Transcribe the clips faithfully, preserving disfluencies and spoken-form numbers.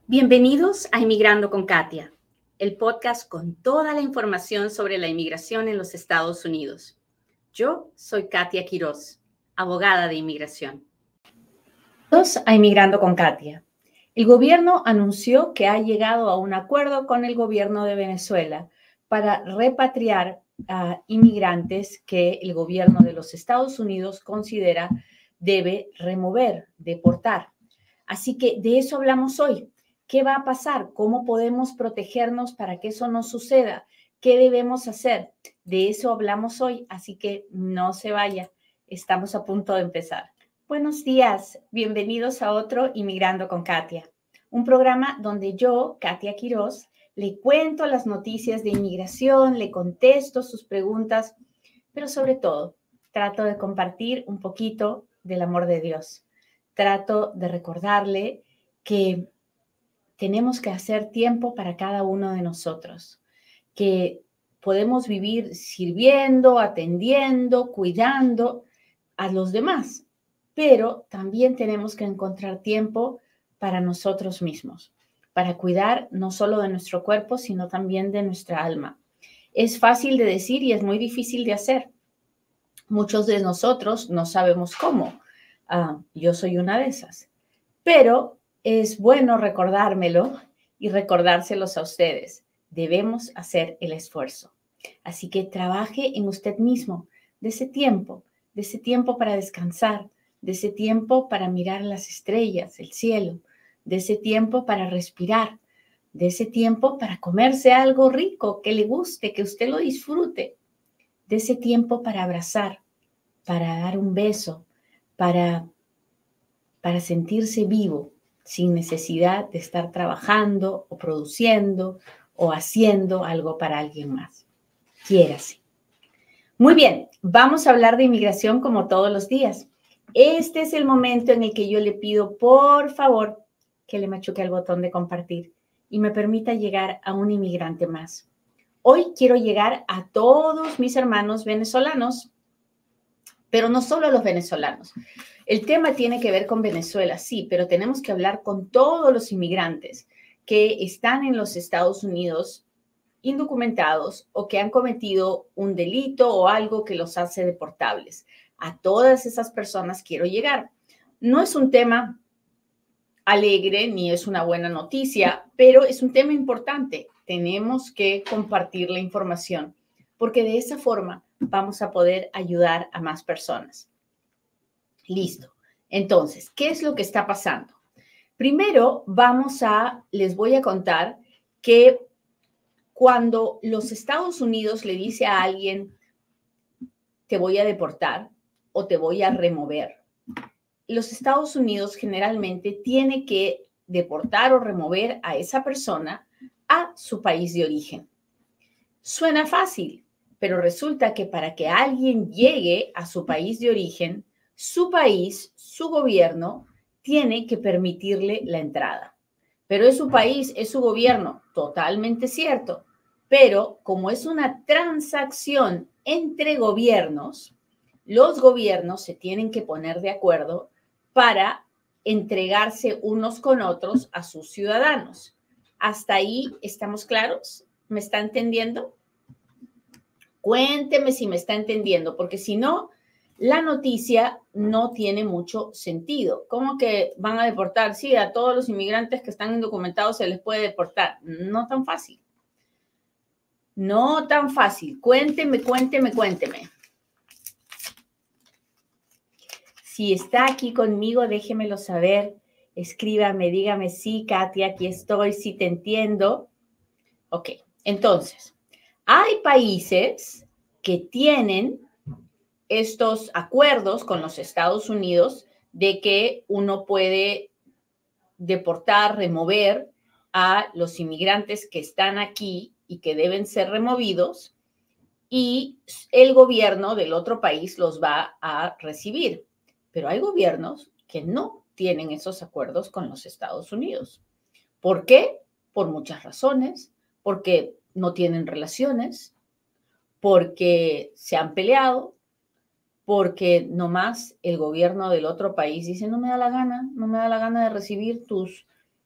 Bienvenidos a Inmigrando con Katia, el podcast con toda la información sobre la inmigración en los Estados Unidos. Yo soy Katia Quiroz, abogada de inmigración. Bienvenidos a Inmigrando con Katia. El gobierno anunció que ha llegado a un acuerdo con el gobierno de Venezuela para repatriar a inmigrantes que el gobierno de los Estados Unidos considera debe remover, deportar. Así que de eso hablamos hoy. ¿Qué va a pasar? ¿Cómo podemos protegernos para que eso no suceda? ¿Qué debemos hacer? De eso hablamos hoy, así que no se vaya. Estamos a punto de empezar. Buenos días, bienvenidos a otro Inmigrando con Katia, un programa donde yo, Katia Quiroz, le cuento las noticias de inmigración, le contesto sus preguntas, pero sobre todo trato de compartir un poquito del amor de Dios. Trato de recordarle que tenemos que hacer tiempo para cada uno de nosotros, que podemos vivir sirviendo, atendiendo, cuidando a los demás, pero también tenemos que encontrar tiempo para nosotros mismos, para cuidar no solo de nuestro cuerpo, sino también de nuestra alma. Es fácil de decir y es muy difícil de hacer. Muchos de nosotros no sabemos cómo. Uh, yo soy una de esas, pero es bueno recordármelo y recordárselos a ustedes. Debemos hacer el esfuerzo. Así que trabaje en usted mismo, de ese tiempo, de ese tiempo para descansar, de ese tiempo para mirar las estrellas, el cielo, de ese tiempo para respirar, de ese tiempo para comerse algo rico que le guste, que usted lo disfrute, de ese tiempo para abrazar, para dar un beso, para, para sentirse vivo, sin necesidad de estar trabajando o produciendo o haciendo algo para alguien más. Quiérase. Muy bien, vamos a hablar de inmigración como todos los días. Este es el momento en el que yo le pido, por favor, que le machuque el botón de compartir y me permita llegar a un inmigrante más. Hoy quiero llegar a todos mis hermanos venezolanos, pero no solo a los venezolanos. El tema tiene que ver con Venezuela, sí, pero tenemos que hablar con todos los inmigrantes que están en los Estados Unidos indocumentados o que han cometido un delito o algo que los hace deportables. A todas esas personas quiero llegar. No es un tema alegre ni es una buena noticia, pero es un tema importante. Tenemos que compartir la información porque de esa forma vamos a poder ayudar a más personas. Listo. Entonces, ¿qué es lo que está pasando? Primero, vamos a, les voy a contar que cuando los Estados Unidos le dice a alguien, te voy a deportar o te voy a remover, los Estados Unidos generalmente tiene que deportar o remover a esa persona a su país de origen. Suena fácil, pero resulta que para que alguien llegue a su país de origen, su país, su gobierno, tiene que permitirle la entrada. Pero es su país, es su gobierno, totalmente cierto. Pero como es una transacción entre gobiernos, los gobiernos se tienen que poner de acuerdo para entregarse unos con otros a sus ciudadanos. ¿Hasta ahí estamos claros? ¿Me está entendiendo? Cuénteme si me está entendiendo, porque si no, la noticia no tiene mucho sentido. ¿Cómo que van a deportar? Sí, a todos los inmigrantes que están indocumentados se les puede deportar. No tan fácil. No tan fácil. Cuénteme, cuénteme, cuénteme. Si está aquí conmigo, déjemelo saber. Escríbame, dígame, sí, Katia, aquí estoy, sí te entiendo. Ok, entonces, hay países que tienen estos acuerdos con los Estados Unidos de que uno puede deportar, remover a los inmigrantes que están aquí y que deben ser removidos y el gobierno del otro país los va a recibir. Pero hay gobiernos que no tienen esos acuerdos con los Estados Unidos. ¿Por qué? Por muchas razones. Porque no tienen relaciones, porque se han peleado, porque nomás el gobierno del otro país dice, no me da la gana, no me da la gana de recibir tus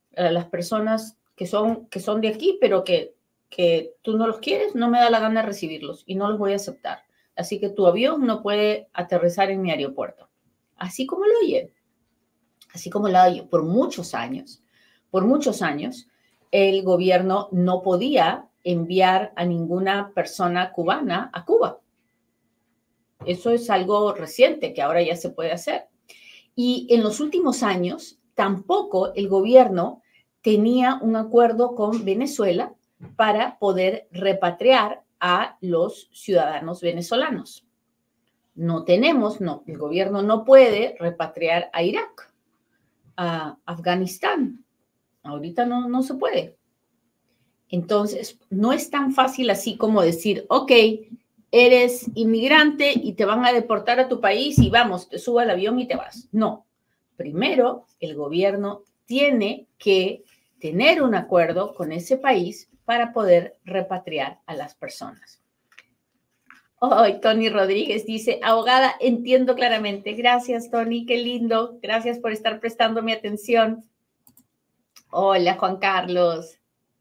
A las personas que son, que son de aquí, pero que, que tú no los quieres, no me da la gana de recibirlos y no los voy a aceptar. Así que tu avión no puede aterrizar en mi aeropuerto. Así como lo oye. Así como lo oye. Por muchos años, por muchos años, el gobierno no podía enviar a ninguna persona cubana a Cuba. Eso es algo reciente que ahora ya se puede hacer. Y en los últimos años, tampoco el gobierno tenía un acuerdo con Venezuela para poder repatriar a los ciudadanos venezolanos. No tenemos, no, el gobierno no puede repatriar a Irak, a Afganistán. Ahorita no, no se puede. Entonces, no es tan fácil así como decir, ok, eres inmigrante y te van a deportar a tu país y vamos, te subo al avión y te vas. No. Primero, el gobierno tiene que tener un acuerdo con ese país para poder repatriar a las personas. Oh, Tony Rodríguez dice, abogada, entiendo claramente. Gracias, Tony, qué lindo. Gracias por estar prestando mi atención. Hola, Juan Carlos.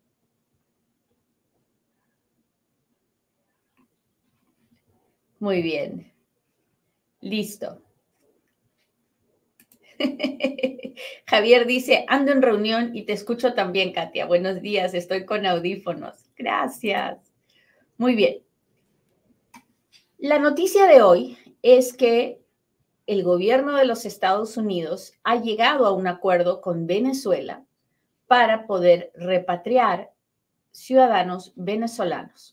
Muy bien. Listo. Javier dice, ando en reunión y te escucho también, Katia. Buenos días, estoy con audífonos. Gracias. Muy bien. La noticia de hoy es que el gobierno de los Estados Unidos ha llegado a un acuerdo con Venezuela para poder repatriar ciudadanos venezolanos.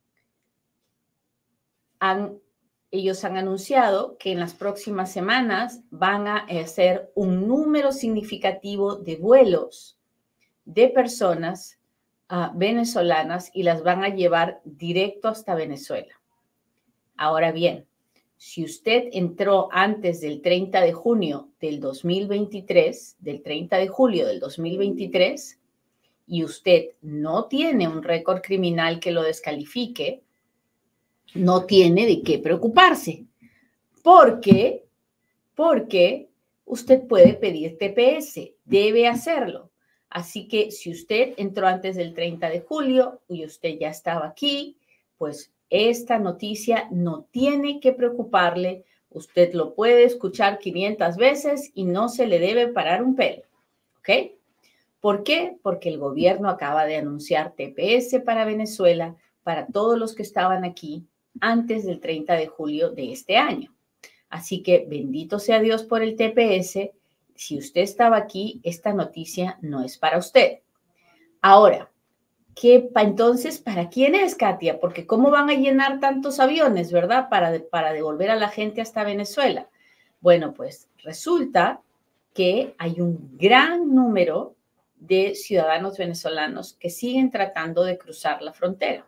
Han, ellos han anunciado que en las próximas semanas van a hacer un número significativo de vuelos de personas uh, venezolanas y las van a llevar directo hasta Venezuela. Ahora bien, si usted entró antes del treinta de junio del dos mil veintitrés, del treinta de julio del dos mil veintitrés, y usted no tiene un récord criminal que lo descalifique, no tiene de qué preocuparse. ¿Por qué? Porque usted puede pedir T P S, debe hacerlo. Así que si usted entró antes del treinta de julio y usted ya estaba aquí, pues esta noticia no tiene que preocuparle. Usted lo puede escuchar quinientas veces y no se le debe parar un pelo. ¿Ok? ¿Por qué? Porque el gobierno acaba de anunciar T P S para Venezuela, para todos los que estaban aquí antes del treinta de julio de este año. Así que bendito sea Dios por el T P S. Si usted estaba aquí, esta noticia no es para usted. Ahora, ¿qué, entonces, ¿para quién es, Katia? Porque ¿cómo van a llenar tantos aviones, verdad? Para, para devolver a la gente hasta Venezuela. Bueno, pues resulta que hay un gran número de ciudadanos venezolanos que siguen tratando de cruzar la frontera.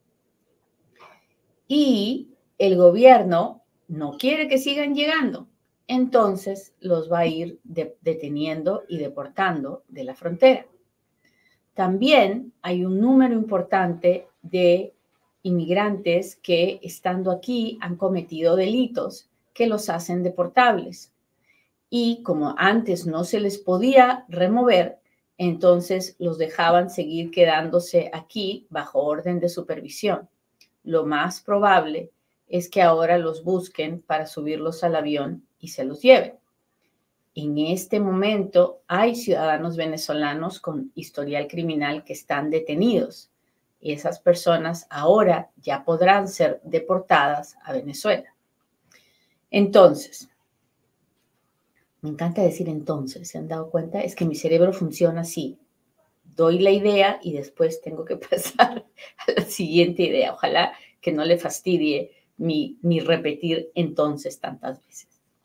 Y el gobierno no quiere que sigan llegando, entonces los va a ir de, deteniendo y deportando de la frontera. También hay un número importante de inmigrantes que, estando aquí, han cometido delitos que los hacen deportables. Y como antes no se les podía remover, entonces los dejaban seguir quedándose aquí bajo orden de supervisión. Lo más probable es que ahora los busquen para subirlos al avión y se los lleven. En este momento hay ciudadanos venezolanos con historial criminal que están detenidos y esas personas ahora ya podrán ser deportadas a Venezuela. Entonces, me encanta decir entonces, ¿se han dado cuenta? Es que mi cerebro funciona así. Doy la idea y después tengo que pasar a la siguiente idea. Ojalá que no le fastidie mi, mi repetir entonces tantas veces.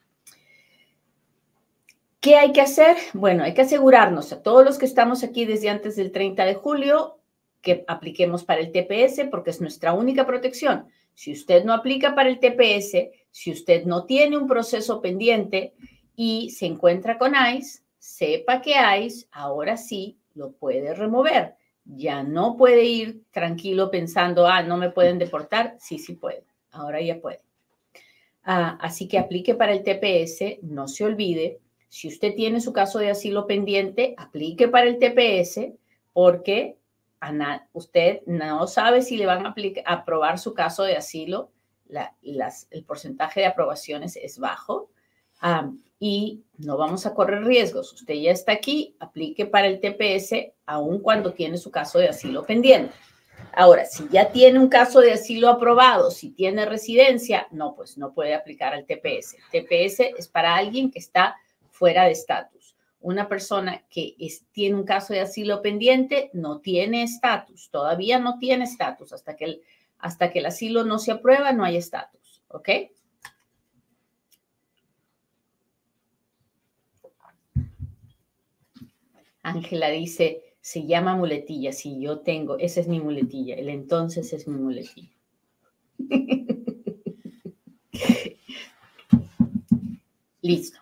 ¿Qué hay que hacer? Bueno, hay que asegurarnos a todos los que estamos aquí desde antes del treinta de julio que apliquemos para el T P S porque es nuestra única protección. Si usted no aplica para el T P S, si usted no tiene un proceso pendiente y se encuentra con ICE, sepa que ICE ahora sí lo puede remover. Ya no puede ir tranquilo pensando, ah, no me pueden deportar. Sí, sí puede. Ahora ya puede. Ah, así que aplique para el T P S, no se olvide. Si usted tiene su caso de asilo pendiente, aplique para el T P S porque usted no sabe si le van a aplicar, aprobar su caso de asilo. La, las, el porcentaje de aprobaciones es bajo um, y no vamos a correr riesgos. Usted ya está aquí, aplique para el T P S aun cuando tiene su caso de asilo pendiente. Ahora, si ya tiene un caso de asilo aprobado, si tiene residencia, no, pues no puede aplicar al T P S. El T P S es para alguien que está fuera de estatus. Una persona que es, tiene un caso de asilo pendiente no tiene estatus, todavía no tiene estatus. Hasta que, el, hasta que el asilo no se aprueba, no hay estatus, ¿ok? Ángela dice, se llama muletilla. Sí, yo tengo, esa es mi muletilla. El entonces es mi muletilla. Listo.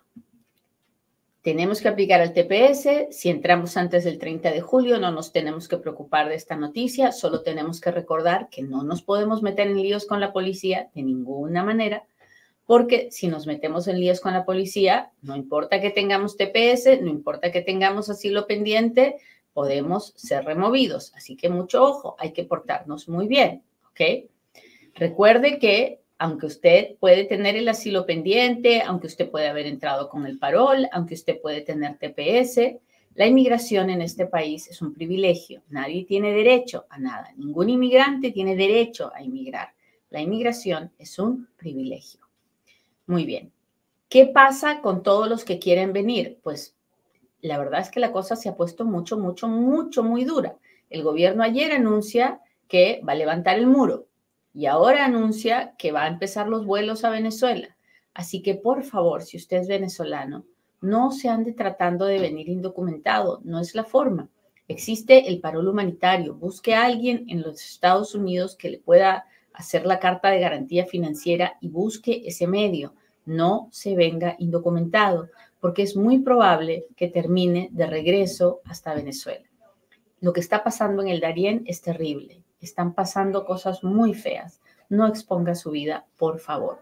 Tenemos que aplicar al T P S. Si entramos antes del treinta de julio, no nos tenemos que preocupar de esta noticia. Solo tenemos que recordar que no nos podemos meter en líos con la policía de ninguna manera, porque si nos metemos en líos con la policía, no importa que tengamos T P S, no importa que tengamos asilo pendiente, podemos ser removidos. Así que mucho ojo, hay que portarnos muy bien, ¿ok? Recuerde que aunque usted puede tener el asilo pendiente, aunque usted puede haber entrado con el parol, aunque usted puede tener T P S, la inmigración en este país es un privilegio. Nadie tiene derecho a nada. Ningún inmigrante tiene derecho a inmigrar. La inmigración es un privilegio. Muy bien. ¿Qué pasa con todos los que quieren venir? Pues la verdad es que la cosa se ha puesto mucho, mucho, mucho, muy dura. El gobierno ayer anuncia que va a levantar el muro. Y ahora anuncia que va a empezar los vuelos a Venezuela. Así que, por favor, si usted es venezolano, no se ande tratando de venir indocumentado. No es la forma. Existe el parol humanitario. Busque a alguien en los Estados Unidos que le pueda hacer la carta de garantía financiera y busque ese medio. No se venga indocumentado, porque es muy probable que termine de regreso hasta Venezuela. Lo que está pasando en el Darién es terrible. Están pasando cosas muy feas. No exponga su vida, por favor.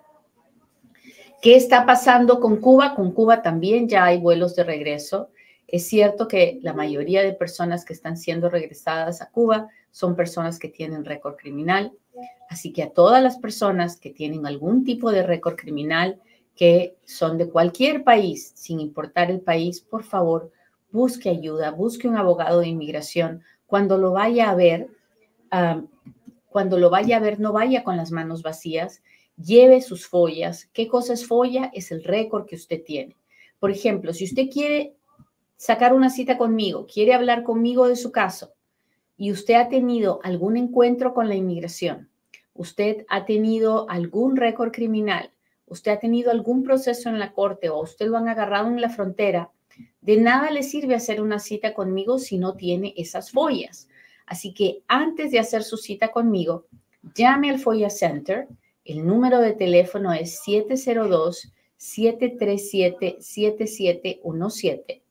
¿Qué está pasando con Cuba? Con Cuba también ya hay vuelos de regreso. Es cierto que la mayoría de personas que están siendo regresadas a Cuba son personas que tienen récord criminal. Así que a todas las personas que tienen algún tipo de récord criminal, que son de cualquier país, sin importar el país, por favor, busque ayuda, busque un abogado de inmigración. Cuando lo vaya a ver, Um, cuando lo vaya a ver, no vaya con las manos vacías, lleve sus follas. ¿Qué cosa es folla? Es el récord que usted tiene. Por ejemplo, si usted quiere sacar una cita conmigo, quiere hablar conmigo de su caso y usted ha tenido algún encuentro con la inmigración, usted ha tenido algún récord criminal, usted ha tenido algún proceso en la corte o usted lo han agarrado en la frontera, de nada le sirve hacer una cita conmigo si no tiene esas follas. Así que antes de hacer su cita conmigo, llame al FOIA Center. El número de teléfono es siete cero dos, siete tres siete, siete siete uno siete.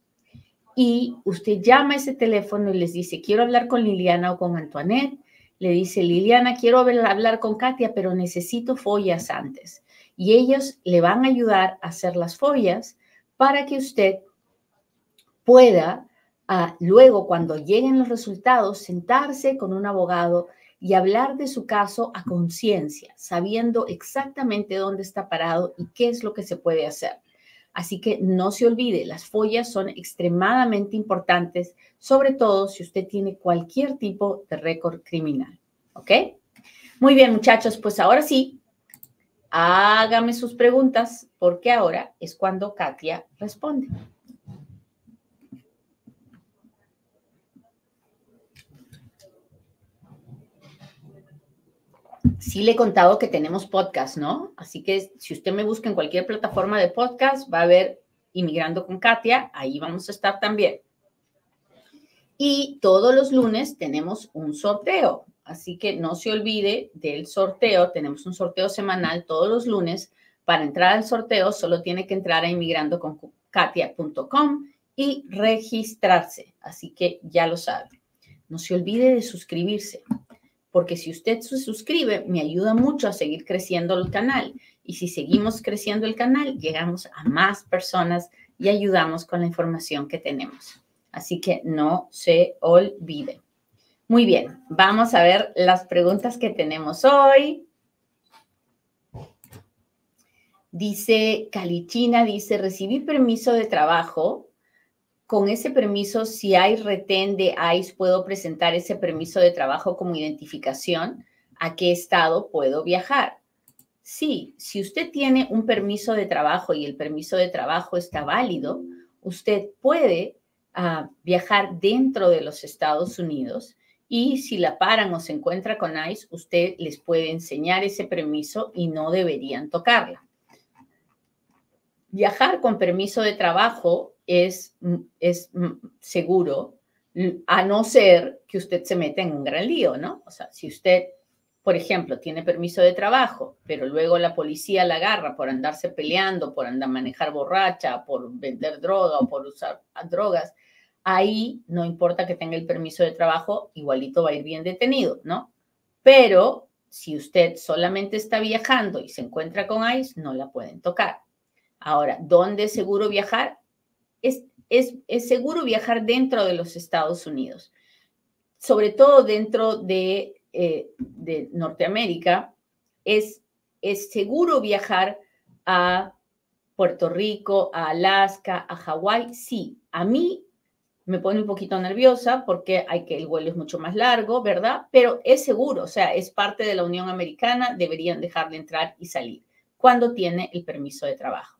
Y usted llama a ese teléfono y les dice, quiero hablar con Liliana o con Antoinette. Le dice, Liliana, quiero hablar con Katia, pero necesito follas antes. Y ellos le van a ayudar a hacer las follas para que usted pueda Uh, luego, cuando lleguen los resultados, sentarse con un abogado y hablar de su caso a conciencia, sabiendo exactamente dónde está parado y qué es lo que se puede hacer. Así que no se olvide, las follas son extremadamente importantes, sobre todo si usted tiene cualquier tipo de récord criminal. ¿Ok? Muy bien, muchachos, pues ahora sí, hágame sus preguntas, porque ahora es cuando Katia responde. Sí le he contado que tenemos podcast, ¿no? Así que si usted me busca en cualquier plataforma de podcast, va a ver Inmigrando con Katia, ahí vamos a estar también. Y todos los lunes tenemos un sorteo, así que no se olvide del sorteo. Tenemos un sorteo semanal todos los lunes. Para entrar al sorteo solo tiene que entrar a inmigrando con katia punto com y registrarse, así que ya lo sabe. No se olvide de suscribirse, porque si usted se suscribe, me ayuda mucho a seguir creciendo el canal. Y si seguimos creciendo el canal, llegamos a más personas y ayudamos con la información que tenemos. Así que no se olvide. Muy bien, vamos a ver las preguntas que tenemos hoy. Dice Calichina, dice, recibí permiso de trabajo. Con ese permiso, si hay retén de I C E, ¿puedo presentar ese permiso de trabajo como identificación? ¿A qué estado puedo viajar? Sí, si usted tiene un permiso de trabajo y el permiso de trabajo está válido, usted puede uh, viajar dentro de los Estados Unidos y si la paran o se encuentra con I C E, usted les puede enseñar ese permiso y no deberían tocarla. Viajar con permiso de trabajo es, es seguro, a no ser que usted se meta en un gran lío, ¿no? O sea, si usted, por ejemplo, tiene permiso de trabajo, pero luego la policía la agarra por andarse peleando, por andar manejar borracha, por vender droga o por usar drogas, ahí no importa que tenga el permiso de trabajo, igualito va a ir bien detenido, ¿no? Pero si usted solamente está viajando y se encuentra con I C E, no la pueden tocar. Ahora, ¿dónde es seguro viajar? Es, es, es seguro viajar dentro de los Estados Unidos, sobre todo dentro de, eh, de Norteamérica. Es, es seguro viajar a Puerto Rico, a Alaska, a Hawái. Sí, a mí me pone un poquito nerviosa porque hay que, el vuelo es mucho más largo, ¿verdad? Pero es seguro, o sea, es parte de la Unión Americana, deberían dejarle entrar y salir cuando tiene el permiso de trabajo.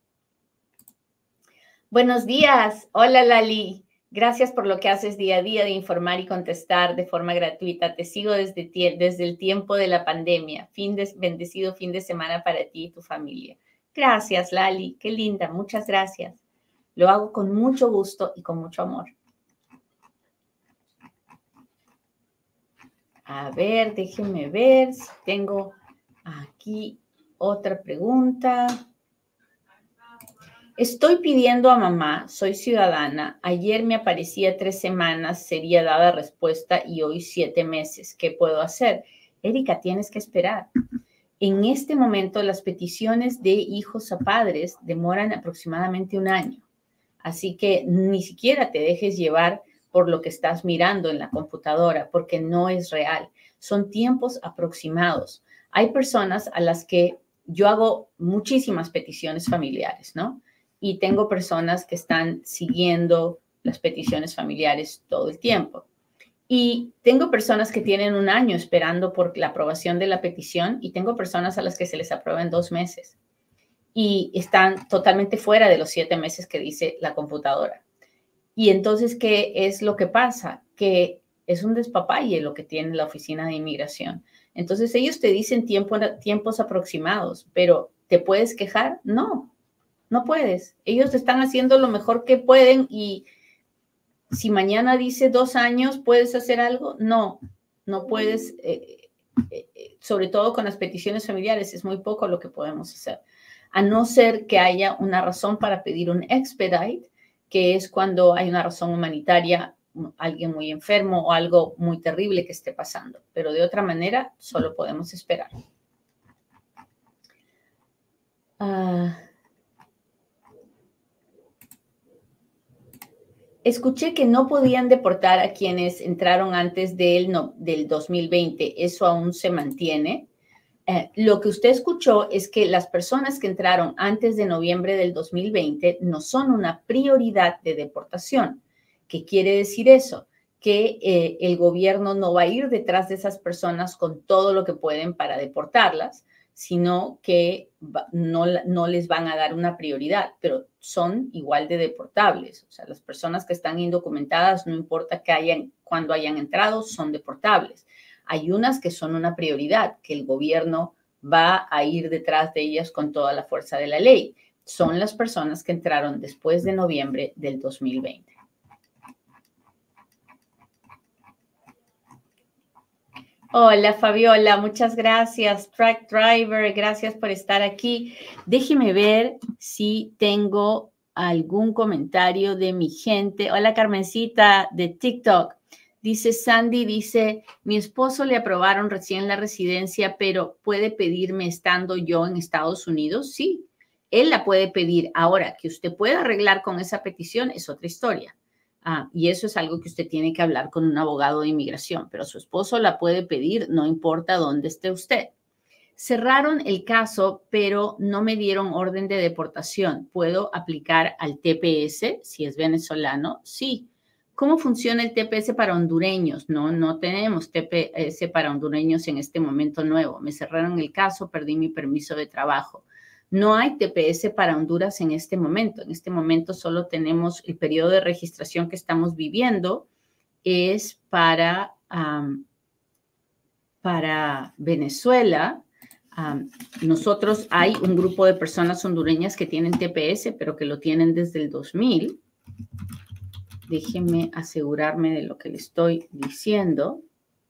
Buenos días. Hola, Lali. Gracias por lo que haces día a día de informar y contestar de forma gratuita. Te sigo desde, desde el tiempo de la pandemia. Fin de, bendecido fin de semana para ti y tu familia. Gracias, Lali. Qué linda. Muchas gracias. Lo hago con mucho gusto y con mucho amor. A ver, déjenme ver si tengo aquí otra pregunta. Estoy pidiendo a mamá, soy ciudadana. Ayer me aparecía tres semanas, sería dada respuesta y hoy siete meses. ¿Qué puedo hacer? Erika, tienes que esperar. En este momento, las peticiones de hijos a padres demoran aproximadamente un año. Así que ni siquiera te dejes llevar por lo que estás mirando en la computadora, porque no es real. Son tiempos aproximados. Hay personas a las que yo hago muchísimas peticiones familiares, ¿no? Y tengo personas que están siguiendo las peticiones familiares todo el tiempo. Y tengo personas que tienen un año esperando por la aprobación de la petición y tengo personas a las que se les aprueba en dos meses. Y están totalmente fuera de los siete meses que dice la computadora. Y entonces, ¿qué es lo que pasa? Que es un despapalle lo que tiene la Oficina de Inmigración. Entonces, ellos te dicen tiempo, tiempos aproximados, pero ¿te puedes quejar? No. No puedes. Ellos están haciendo lo mejor que pueden y si mañana dice dos años, ¿puedes hacer algo? No, no puedes. Eh, eh, sobre todo con las peticiones familiares, es muy poco lo que podemos hacer. A no ser que haya una razón para pedir un expedite, que es cuando hay una razón humanitaria, alguien muy enfermo o algo muy terrible que esté pasando. Pero de otra manera, solo podemos esperar. Ah... Uh, Escuché que no podían deportar a quienes entraron antes del, no, del dos mil veinte. ¿Eso aún se mantiene? Eh, lo que usted escuchó es que las personas que entraron antes de noviembre del dos mil veinte no son una prioridad de deportación. ¿Qué quiere decir eso? Que eh, el gobierno no va a ir detrás de esas personas con todo lo que pueden para deportarlas, sino que no, no les van a dar una prioridad, pero son igual de deportables. O sea, las personas que están indocumentadas, no importa que hayan, cuándo hayan entrado, son deportables. Hay unas que son una prioridad, que el gobierno va a ir detrás de ellas con toda la fuerza de la ley. Son las personas que entraron después de noviembre del dos mil veinte. Hola, Fabiola, muchas gracias. Track Driver, gracias por estar aquí. Déjeme ver si tengo algún comentario de mi gente. Hola, Carmencita, de TikTok. Dice Sandy, dice, mi esposo le aprobaron recién la residencia, pero ¿puede pedirme estando yo en Estados Unidos? Sí, él la puede pedir. Ahora, que usted pueda arreglar con esa petición es otra historia. Ah, y eso es algo que usted tiene que hablar con un abogado de inmigración, pero su esposo la puede pedir, no importa dónde esté usted. Cerraron el caso, pero no me dieron orden de deportación. ¿Puedo aplicar al T P S si es venezolano? Sí. ¿Cómo funciona el T P S para hondureños? No, no tenemos T P S para hondureños en este momento nuevo. Me cerraron el caso, perdí mi permiso de trabajo. No hay T P S para Honduras en este momento. En este momento solo tenemos el periodo de registración que estamos viviendo es para, um, para Venezuela. Um, nosotros hay un grupo de personas hondureñas que tienen T P S, pero que lo tienen desde el dos mil. Déjenme asegurarme de lo que le estoy diciendo.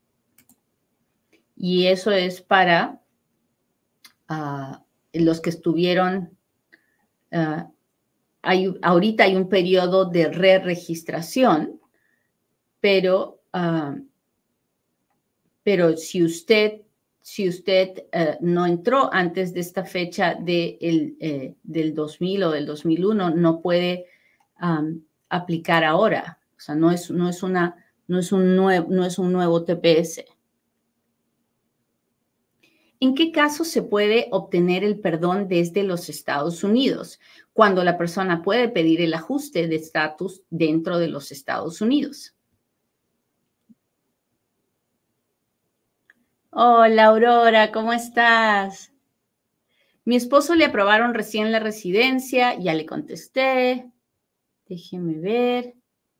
Y eso es para uh, los que estuvieron, uh, hay, ahorita hay un periodo de re-registración, pero, uh, pero si usted, si usted uh, no entró antes de esta fecha de el, eh, del dos mil o del dos mil uno, no puede um, aplicar ahora. O sea, no es, no es, una, no es, un, nuevo, no es un nuevo T P S. ¿En qué caso se puede obtener el perdón desde los Estados Unidos? Cuando la persona puede pedir el ajuste de estatus dentro de los Estados Unidos. Hola, Aurora, ¿cómo estás? Mi esposo le aprobaron recién la residencia, ya le contesté. Déjeme ver.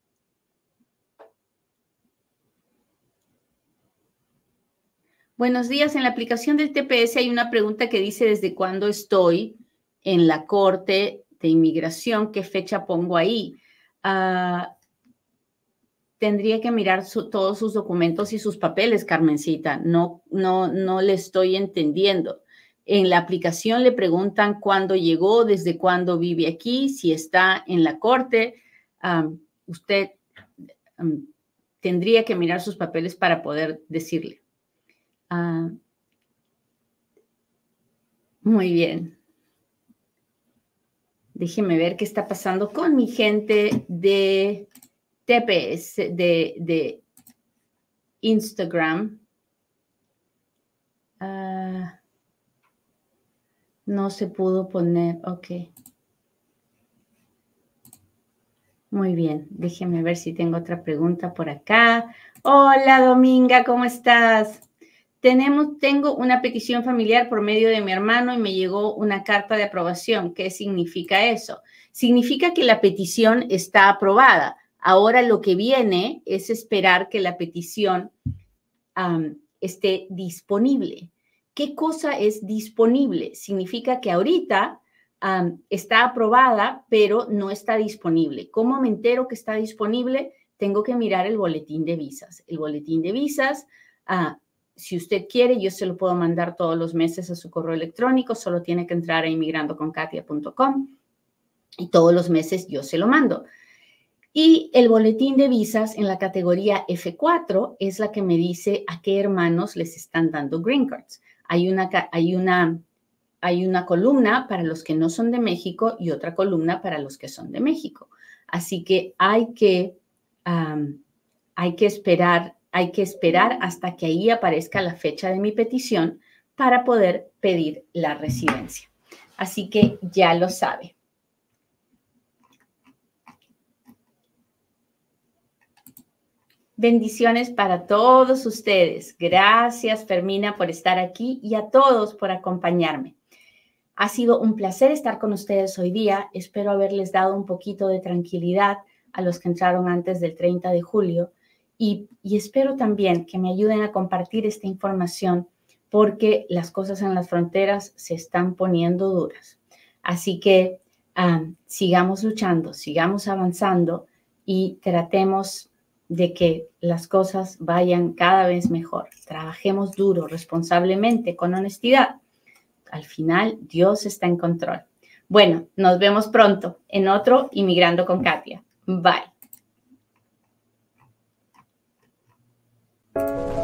Buenos días. En la aplicación del T P S hay una pregunta que dice desde cuándo estoy en la Corte de Inmigración, ¿qué fecha pongo ahí? Uh, tendría que mirar su, todos sus documentos y sus papeles, Carmencita. No, no, no le estoy entendiendo. En la aplicación le preguntan cuándo llegó, desde cuándo vive aquí, si está en la Corte. Um, usted um, tendría que mirar sus papeles para poder decirle. Uh, muy bien. Déjeme ver qué está pasando con mi gente de T P S, de, de Instagram. Uh, no se pudo poner, ok. Muy bien, déjeme ver si tengo otra pregunta por acá. Hola, Dominga, ¿cómo estás? Tenemos, tengo una petición familiar por medio de mi hermano y me llegó una carta de aprobación. ¿Qué significa eso? Significa que la petición está aprobada. Ahora lo que viene es esperar que la petición um, esté disponible. ¿Qué cosa es disponible? Significa que ahorita um, está aprobada, pero no está disponible. ¿Cómo me entero que está disponible? Tengo que mirar el boletín de visas. El boletín de visas... Uh, Si usted quiere, yo se lo puedo mandar todos los meses a su correo electrónico. Solo tiene que entrar a inmigrando con katia punto com y todos los meses yo se lo mando. Y el boletín de visas en la categoría F cuatro es la que me dice a qué hermanos les están dando green cards. Hay una, hay una, hay una columna para los que no son de México y otra columna para los que son de México. Así que hay que, um, hay que esperar Hay que esperar hasta que ahí aparezca la fecha de mi petición para poder pedir la residencia. Así que ya lo sabe. Bendiciones para todos ustedes. Gracias, Fermina, por estar aquí y a todos por acompañarme. Ha sido un placer estar con ustedes hoy día. Espero haberles dado un poquito de tranquilidad a los que entraron antes del treinta de julio. Y, y espero también que me ayuden a compartir esta información porque las cosas en las fronteras se están poniendo duras. Así que um, sigamos luchando, sigamos avanzando y tratemos de que las cosas vayan cada vez mejor. Trabajemos duro, responsablemente, con honestidad. Al final, Dios está en control. Bueno, nos vemos pronto en otro Inmigrando con Katia. Bye.